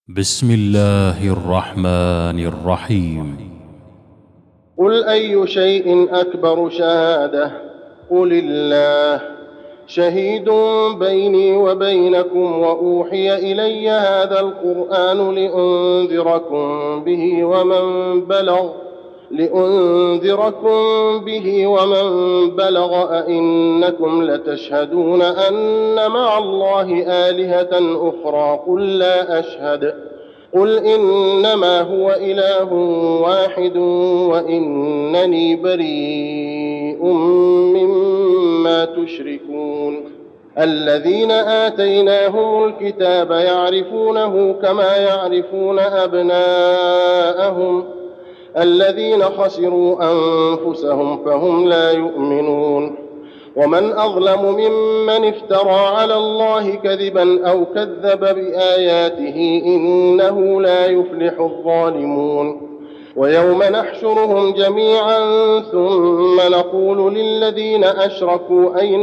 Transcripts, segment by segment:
بسم الله الرحمن الرحيم. قل أي شيء أكبر شهادة قل الله شهيد بيني وبينكم وأوحي إلي هذا القرآن لأنذركم به ومن بلغ أئنكم لتشهدون أن مع الله آلهة أخرى قل لا أشهد قل إنما هو إله واحد وإنني بريء مما تشركون. الذين آتيناهم الكتاب يعرفونه كما يعرفون أبناءهم الذين خسروا أنفسهم فهم لا يؤمنون. ومن أظلم ممن افترى على الله كذبا أو كذب بآياته إنه لا يفلح الظالمون. ويوم نحشرهم جميعا ثم نقول للذين أشركوا أين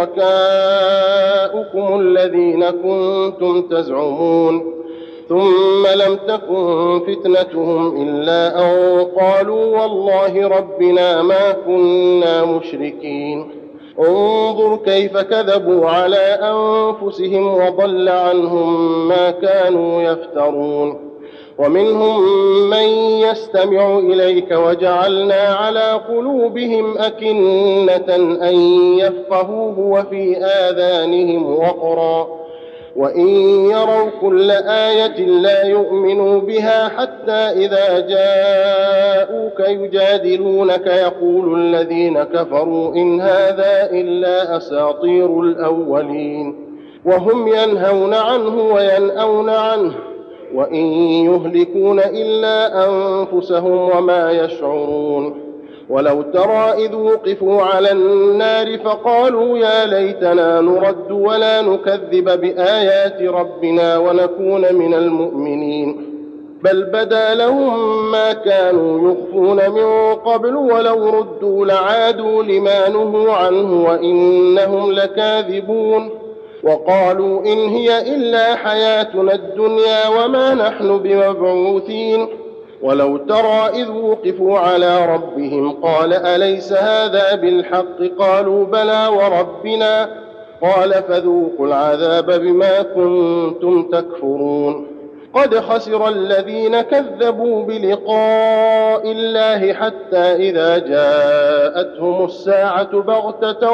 شركاؤكم الذين كنتم تزعمون ثم لم تكن فتنتهم إلا أن قالوا والله ربنا ما كنا مشركين. انظر كيف كذبوا على أنفسهم وضل عنهم ما كانوا يفترون. ومنهم من يستمع إليك وجعلنا على قلوبهم أكنة أن يفقهوه وفي آذانهم وقرا وإن يروا كل آية لا يؤمنوا بها حتى إذا جاءوك يجادلونك يقول الذين كفروا إن هذا إلا أساطير الأولين وهم ينهون عنه وينأون عنه وإن يهلكون إلا أنفسهم وما يشعرون. ولو ترى إذ وقفوا على النار فقالوا يا ليتنا نرد ولا نكذب بآيات ربنا ونكون من المؤمنين بل بدا لهم ما كانوا يخفون من قبل ولو ردوا لعادوا لما نهوا عنه وإنهم لكاذبون. وقالوا إن هي إلا حياتنا الدنيا وما نحن بمبعوثين. ولو ترى إذ وقفوا على ربهم قال أليس هذا بالحق قالوا بلى وربنا قال فذوقوا العذاب بما كنتم تكفرون. قد خسر الذين كذبوا بلقاء الله حتى إذا جاءتهم الساعة بغتة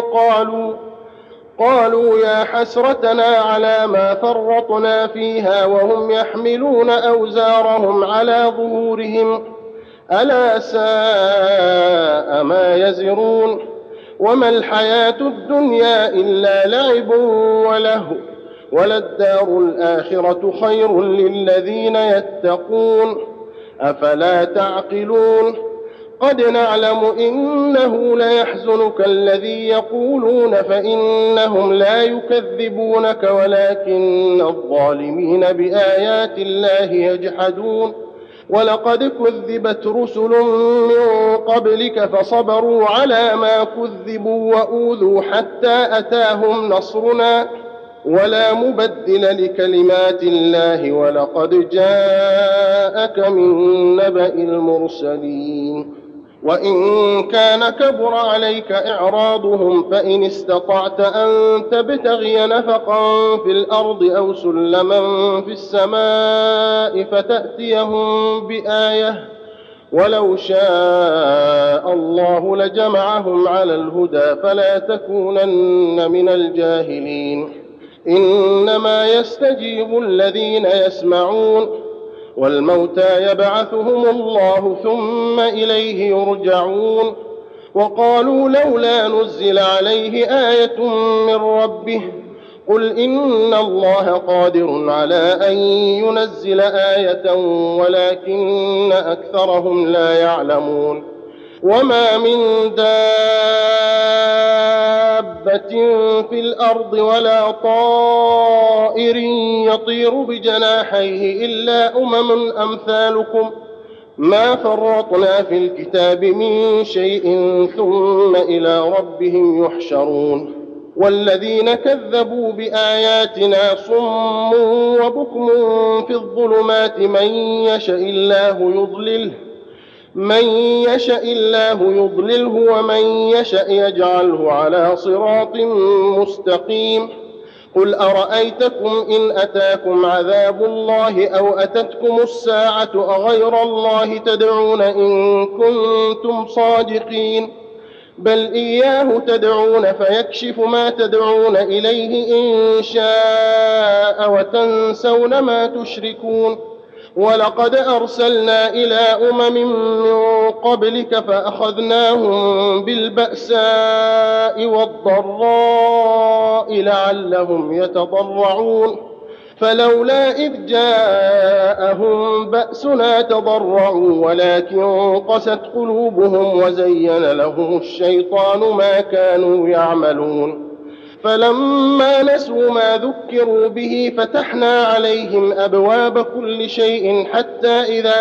قالوا يا حسرتنا على ما فرطنا فيها وهم يحملون أوزارهم على ظهورهم ألا ساء ما يزرون. وما الحياة الدنيا إلا لعب ولهو وللدار الآخرة خير للذين يتقون أفلا تعقلون. قد نعلم إنه ليحزنك الذي يقولون فإنهم لا يكذبونك ولكن الظالمين بآيات الله يجحدون. ولقد كذبت رسل من قبلك فصبروا على ما كذبوا وأوذوا حتى أتاهم نصرنا ولا مبدل لكلمات الله ولقد جاءك من نبأ المرسلين. وإن كان كبر عليك إعراضهم فإن استطعت أن تبتغي نفقا في الأرض أو سلما في السماء فتأتيهم بآية ولو شاء الله لجمعهم على الهدى فلا تكونن من الجاهلين. إنما يستجيب الذين يسمعون والموتى يبعثهم الله ثم إليه يرجعون. وقالوا لولا نزل عليه آية من ربه قل إن الله قادر على أن ينزل آية ولكن أكثرهم لا يعلمون. وما من دابة في الأرض ولا طائر يطير بجناحيه إلا أمثالكم ما فرطنا في الكتاب من شيء ثم إلى ربهم يحشرون. والذين كذبوا بآياتنا صم وبكم في الظلمات من يشاء الله يضلله ومن يشاء يجعله على صراط مستقيم. قل أرأيتكم إن أتاكم عذاب الله أو أتتكم الساعة أغير الله تدعون إن كنتم صادقين؟ بل إياه تدعون فيكشف ما تدعون إليه إن شاء وتنسون ما تشركون. ولقد أرسلنا إلى أمم من قبلك فأخذناهم بالبأساء والضراء لعلهم يتضرعون فلولا إذ جاءهم بأسنا تضرعوا ولكن قست قلوبهم وزين لهم الشيطان ما كانوا يعملون. فلما نسوا ما ذكروا به فتحنا عليهم أبواب كل شيء حتى إذا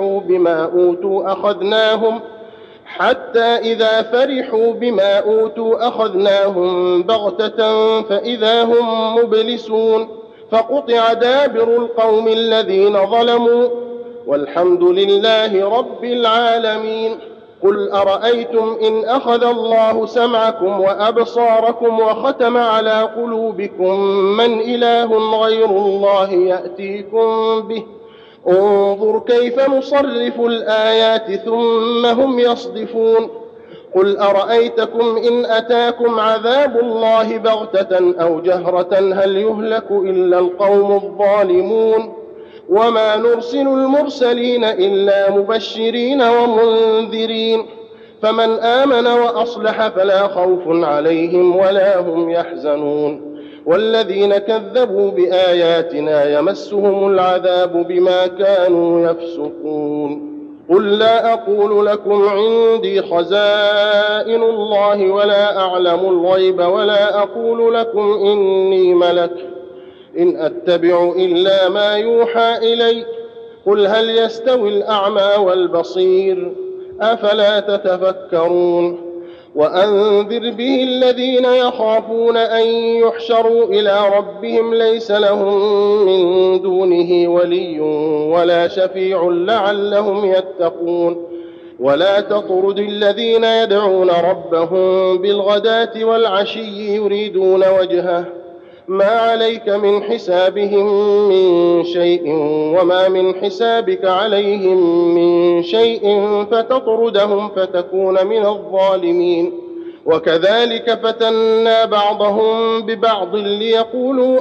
فرحوا بما أوتوا أخذناهم بغتة فإذا هم مبلسون. فقطع دابر القوم الذين ظلموا والحمد لله رب العالمين. قل أرأيتم إن أخذ الله سمعكم وأبصاركم وختم على قلوبكم من إله غير الله يأتيكم به انظر كيف نصرف الآيات ثم هم يصدفون. قل أرأيتكم إن أتاكم عذاب الله بغتة أو جهرة هل يهلك إلا القوم الظالمون؟ وما نرسل المرسلين إلا مبشرين ومنذرين فمن آمن وأصلح فلا خوف عليهم ولا هم يحزنون. والذين كذبوا بآياتنا يمسهم العذاب بما كانوا يفسقون. قل لا أقول لكم عندي خزائن الله ولا أعلم الغيب ولا أقول لكم إني ملك إن أتبع إلا ما يوحى إلي. قل هل يستوي الأعمى والبصير أفلا تتفكرون. وأنذر به الذين يخافون أن يحشروا إلى ربهم ليس لهم من دونه ولي ولا شفيع لعلهم يتقون. ولا تطرد الذين يدعون ربهم بالغداة والعشي يريدون وجهه ما عليك من حسابهم من شيء وما من حسابك عليهم من شيء فتطردهم فتكون من الظالمين. وكذلك فتنا بعضهم ببعض ليقولوا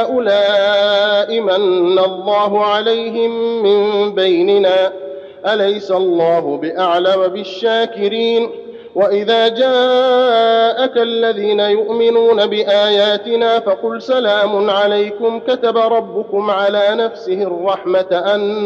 أهؤلاء من الله عليهم من بيننا أليس الله بأعلم بالشاكرين. وإذا جاءك الذين يؤمنون بآياتنا فقل سلام عليكم كتب ربكم على نفسه الرحمة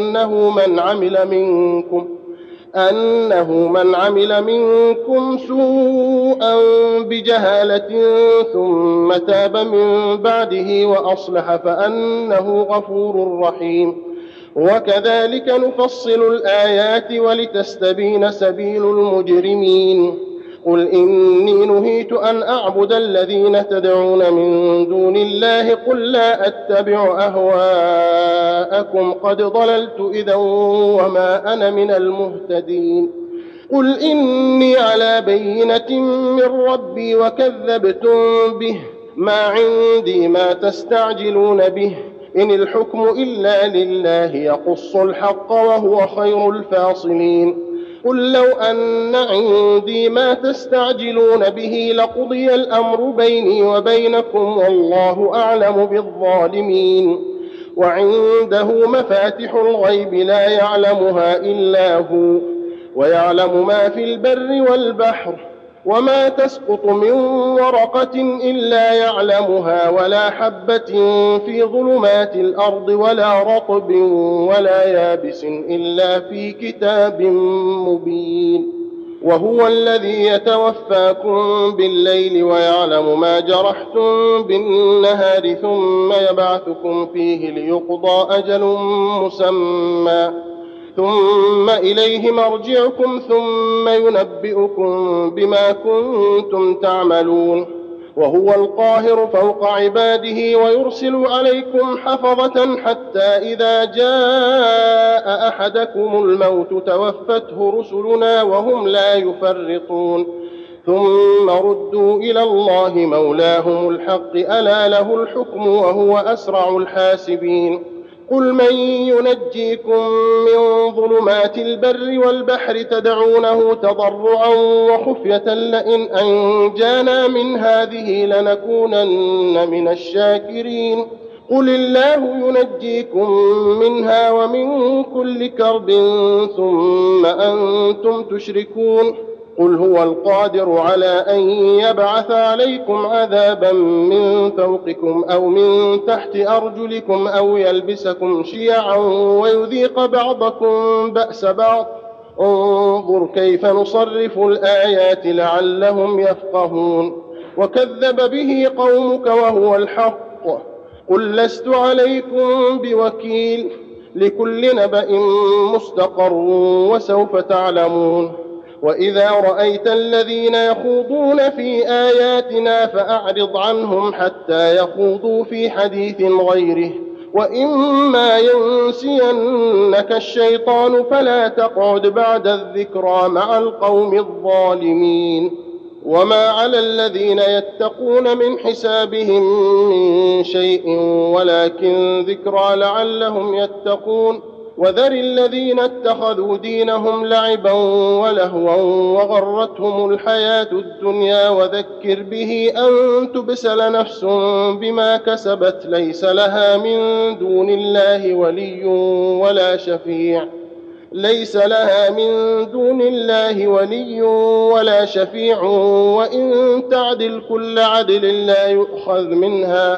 أنه من عمل منكم سوءا بجهالة ثم تاب من بعده وأصلح فأنه غفور رحيم. وكذلك نفصل الآيات ولتستبين سبيل المجرمين. قل إني نهيت أن أعبد الذين تدعون من دون الله قل لا أتبع أهواءكم قد ضللت إذا وما أنا من المهتدين. قل إني على بينة من ربي وكذبتم به ما عندي ما تستعجلون به إن الحكم إلا لله يقص الحق وهو خير الفاصلين. قل لو أن عندي ما تستعجلون به لقضي الأمر بيني وبينكم والله أعلم بالظالمين. وعنده مفاتح الغيب لا يعلمها إلا هو ويعلم ما في البر والبحر وما تسقط من ورقة إلا يعلمها ولا حبة في ظلمات الأرض ولا رطب ولا يابس إلا في كتاب مبين. وهو الذي يتوفاكم بالليل ويعلم ما جرحتم بالنهار ثم يبعثكم فيه ليقضى أجل مسمى ثم إليه مرجعكم ثم ينبئكم بما كنتم تعملون. وهو القاهر فوق عباده ويرسل عليكم حفظة حتى إذا جاء أحدكم الموت توفته رسلنا وهم لا يفرطون ثم ردوا إلى الله مولاهم الحق ألا له الحكم وهو أسرع الحاسبين قل من ينجيكم من ظلمات البر والبحر تدعونه تضرعا وخفية لئن أنجانا من هذه لنكونن من الشاكرين قل الله ينجيكم منها ومن كل كرب ثم أنتم تشركون قل هو القادر على أن يبعث عليكم عذابا من فوقكم أو من تحت أرجلكم أو يلبسكم شيعا ويذيق بعضكم بأس بعض انظر كيف نصرف الآيات لعلهم يفقهون وكذب به قومك وهو الحق قل لست عليكم بوكيل لكل نبأ مستقر وسوف تعلمون وإذا رأيت الذين يخوضون في آياتنا فأعرض عنهم حتى يخوضوا في حديث غيره وإما ينسينك الشيطان فلا تقعد بعد الذكرى مع القوم الظالمين وما على الذين يتقون من حسابهم من شيء ولكن ذكرى لعلهم يتقون وذر الذين اتخذوا دينهم لعبا ولهوا وغرتهم الحياة الدنيا وذكر به أن تبسل نفس بما كسبت ليس لها من دون الله ولي ولا شفيع وإن تعدل كل عدل لا يؤخذ منها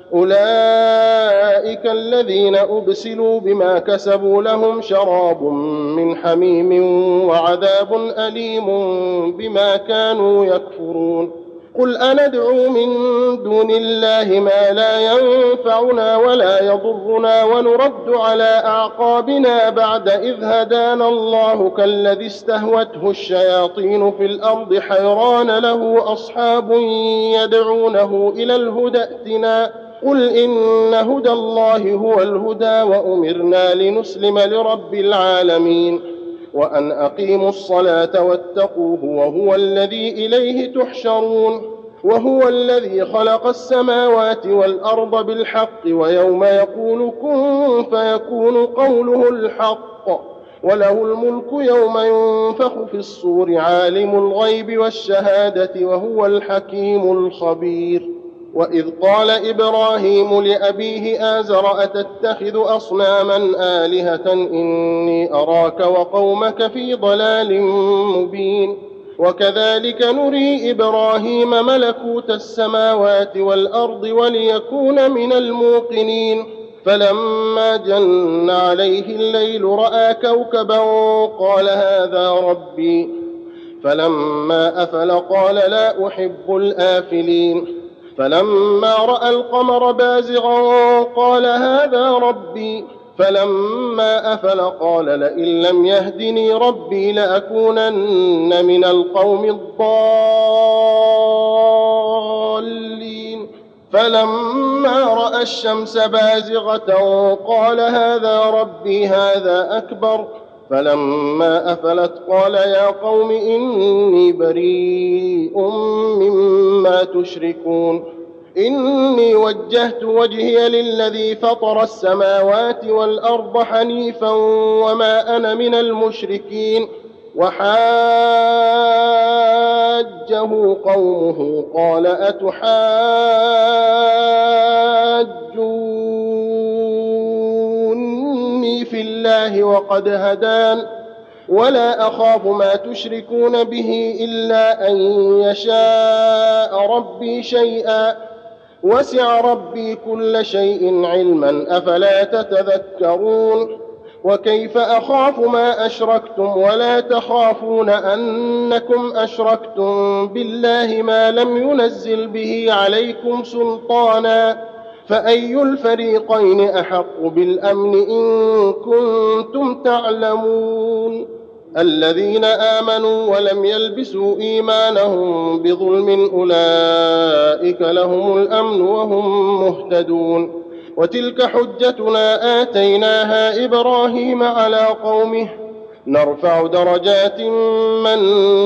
أولئك الذين أبسلوا بما كسبوا لهم شراب من حميم وعذاب أليم بما كانوا يكفرون قل أندعو من دون الله ما لا ينفعنا ولا يضرنا ونرد على أعقابنا بعد إذ هدانا الله كالذي استهوته الشياطين في الأرض حيران له أصحاب يدعونه إلى الهدى ائتنا قل إن هدى الله هو الهدى وأمرنا لنسلم لرب العالمين وأن أقيموا الصلاة واتقوه وهو الذي إليه تحشرون وهو الذي خلق السماوات والأرض بالحق ويوم يقول كن فيكون قوله الحق وله الملك يوم ينفخ في الصور عالم الغيب والشهادة وهو الحكيم الخبير وإذ قال إبراهيم لأبيه آزر أتتخذ أصناما آلهة إني أراك وقومك في ضلال مبين وكذلك نري إبراهيم ملكوت السماوات والأرض وليكون من الموقنين فلما جن عليه الليل رأى كوكبا قال هذا ربي فلما أفل قال لا أحب الآفلين فلما رأى القمر بازغا قال هذا ربي فلما أفل قال لئن لم يهدني ربي لأكونن من القوم الضالين فلما رأى الشمس بازغة قال هذا ربي هذا أكبر فلما أفلت قال يا قوم إني بريء مما تشركون إني وجهت وجهي للذي فطر السماوات والأرض حنيفا وما أنا من المشركين وحاجه قومه قال أتحاجوني في الله وقد هدان ولا أخاف ما تشركون به إلا أن يشاء ربي شيئا وسع ربي كل شيء علما أفلا تتذكرون وكيف أخاف ما أشركتم ولا تخافون أنكم أشركتم بالله ما لم ينزل به عليكم سلطانا فأي الفريقين أحق بالأمن إن كنتم تعلمون الذين آمنوا ولم يلبسوا إيمانهم بظلم أولئك لهم الأمن وهم مهتدون. وتلك حجتنا آتيناها إبراهيم على قومه نرفع درجات من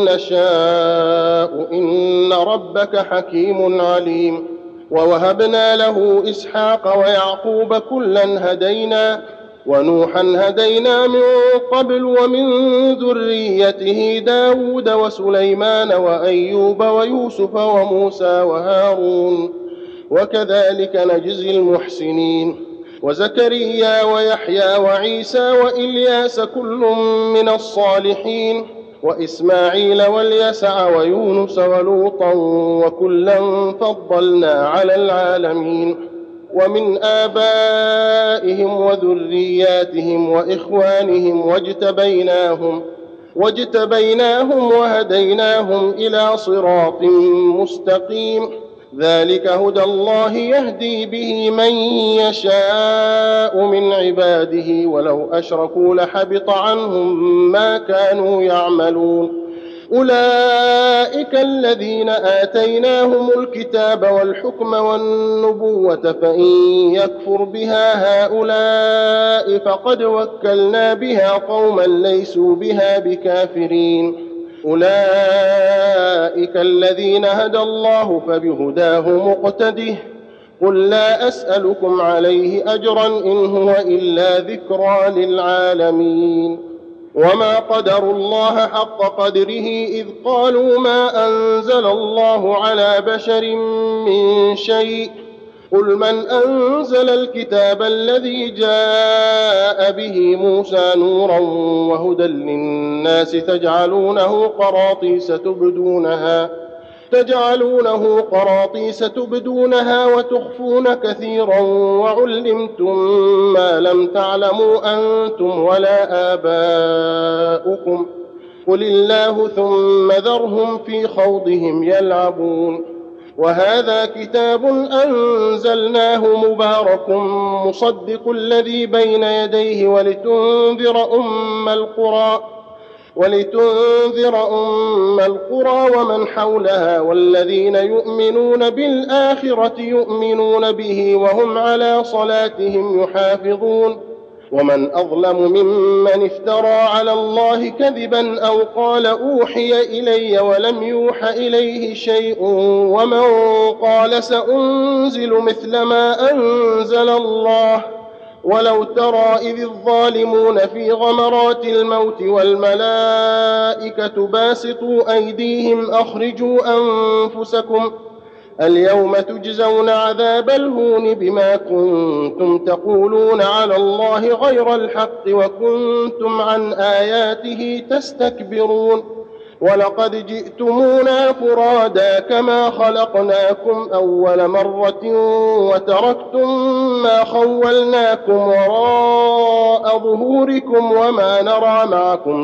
نشاء إن ربك حكيم عليم. ووهبنا له إسحاق ويعقوب كلا هدينا ونوحا هدينا من قبل ومن ذريته داود وسليمان وأيوب ويوسف وموسى وهارون وكذلك نجزي المحسنين. وزكريا ويحيى وعيسى وإلياس كل من الصالحين وإسماعيل واليسع ويونس ولوطا وكلا فضلنا على العالمين. ومن آبائهم وذرياتهم وإخوانهم واجتبيناهم وهديناهم إلى صراط مستقيم. ذلك هدى الله يهدي به من يشاء من عباده ولو أشركوا لحبط عنهم ما كانوا يعملون. أولئك الذين آتيناهم الكتاب والحكم والنبوة فإن يكفر بها هؤلاء فقد وكلنا بها قوما ليسوا بها بكافرين. أولئك الذين هدى الله فبهداه مقتده. قل لا أسألكم عليه أجرا إن هو إلا ذكرى للعالمين. وما قدروا الله حق قدره إذ قالوا ما أنزل الله على بشر من شيء. قل من أنزل الكتاب الذي جاء به موسى نورا وهدى للناس تجعلونه قراطيس تبدونها وتخفون كثيرا وعلمتم ما لم تعلموا أنتم ولا آباؤكم قل الله ثم ذرهم في خوضهم يلعبون. وهذا كتاب أنزلناه مبارك مصدق الذي بين يديه ولتنذر أم القرى ومن حولها والذين يؤمنون بالآخرة يؤمنون به وهم على صلاتهم يحافظون. ومن أظلم ممن افترى على الله كذبا أو قال أوحي إلي ولم يوح إليه شيء ومن قال سأنزل مثل ما أنزل الله. ولو ترى إذ الظالمون في غمرات الموت والملائكة باسطوا أيديهم أخرجوا أنفسكم اليوم تجزون عذاب الهون بما كنتم تقولون على الله غير الحق وكنتم عن آياته تستكبرون. ولقد جئتمونا فرادا كما خلقناكم أول مرة وتركتم ما خولناكم وراء ظهوركم وما نرى معكم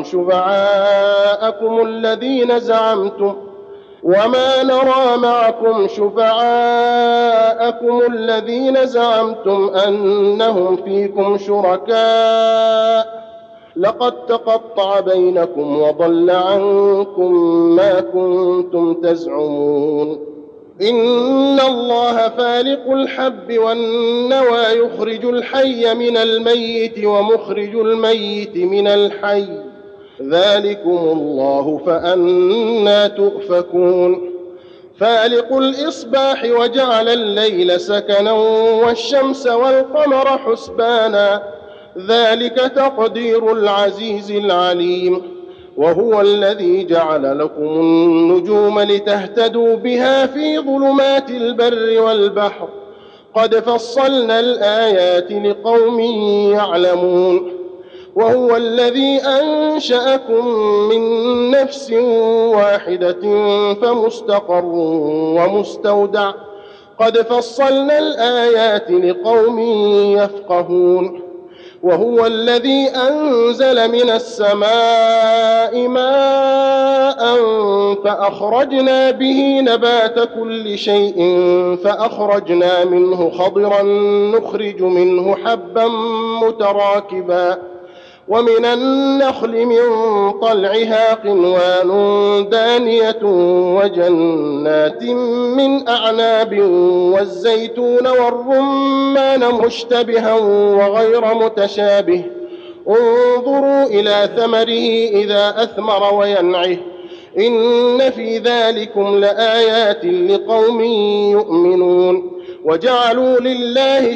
شفعاءكم الذين زعمتم أنهم فيكم شركاء لقد تقطع بينكم وضل عنكم ما كنتم تزعمون. إن الله فالق الحب والنوى يخرج الحي من الميت ومخرج الميت من الحي ذلكم الله فأنى تؤفكون. فالق الإصباح وجعل الليل سكنا والشمس والقمر حسبانا ذلك تقدير العزيز العليم. وهو الذي جعل لكم النجوم لتهتدوا بها في ظلمات البر والبحر قد فصلنا الآيات لقوم يعلمون. وهو الذي أنشأكم من نفس واحدة فمستقر ومستودع قد فصلنا الآيات لقوم يفقهون. وهو الذي أنزل من السماء ماء فأخرجنا به نبات كل شيء فأخرجنا منه خضرا نخرج منه حبا متراكبا ومن النخل من طلعها قنوان دانية وجنات من أعناب والزيتون والرمان مشتبها وغير متشابه انظروا إلى ثمره إذا أثمر وينعه إن في ذلكم لآيات لقوم يؤمنون وجعلوا لله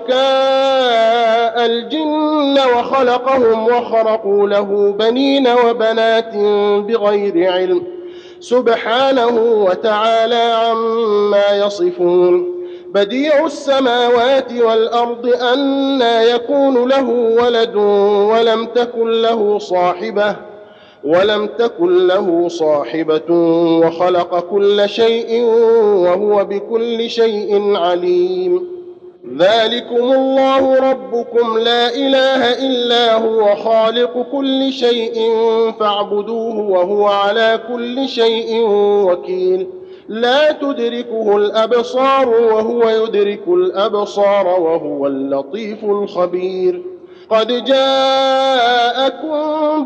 شركاء الجن وخلقهم وخرقوا له بنين وبنات بغير علم سبحانه وتعالى عما يصفون بديع السماوات والأرض أنى يكون له ولد ولم تكن له صاحبة وخلق كل شيء وهو بكل شيء عليم ذلكم الله ربكم لا إله إلا هو خالق كل شيء فاعبدوه وهو على كل شيء وكيل لا تدركه الأبصار وهو يدرك الأبصار وهو اللطيف الخبير قد جاءكم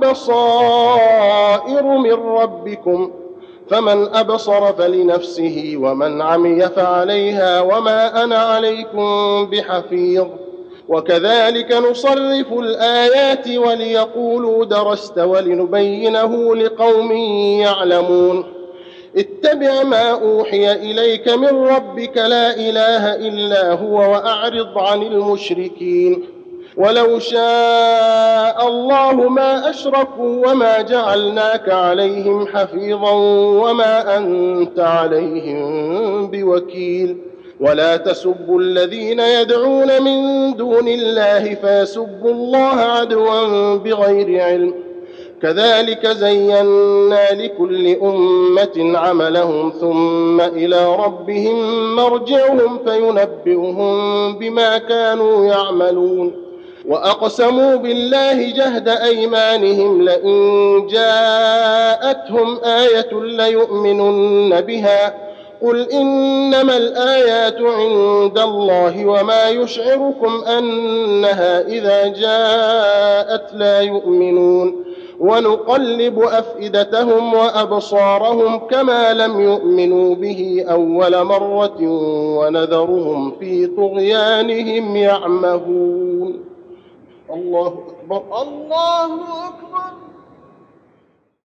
بصائر من ربكم فمن أبصر فلنفسه ومن عمي فعليها وما أنا عليكم بحفيظ وكذلك نصرف الآيات وليقولوا درست ولنبينه لقوم يعلمون اتبع ما أوحي إليك من ربك لا إله إلا هو وأعرض عن المشركين ولو شاء الله ما أشركوا وما جعلناك عليهم حفيظا وما أنت عليهم بوكيل ولا تسبوا الذين يدعون من دون الله فيسبوا الله عدوا بغير علم كذلك زينا لكل أمة عملهم ثم إلى ربهم مرجعهم فينبئهم بما كانوا يعملون وأقسموا بالله جهد أيمانهم لئن جاءتهم آية ليؤمنن بها قل إنما الآيات عند الله وما يشعركم أنها إذا جاءت لا يؤمنون ونقلب أفئدتهم وأبصارهم كما لم يؤمنوا به أول مرة ونذرهم في طغيانهم يعمهون الله أكبر الله أكبر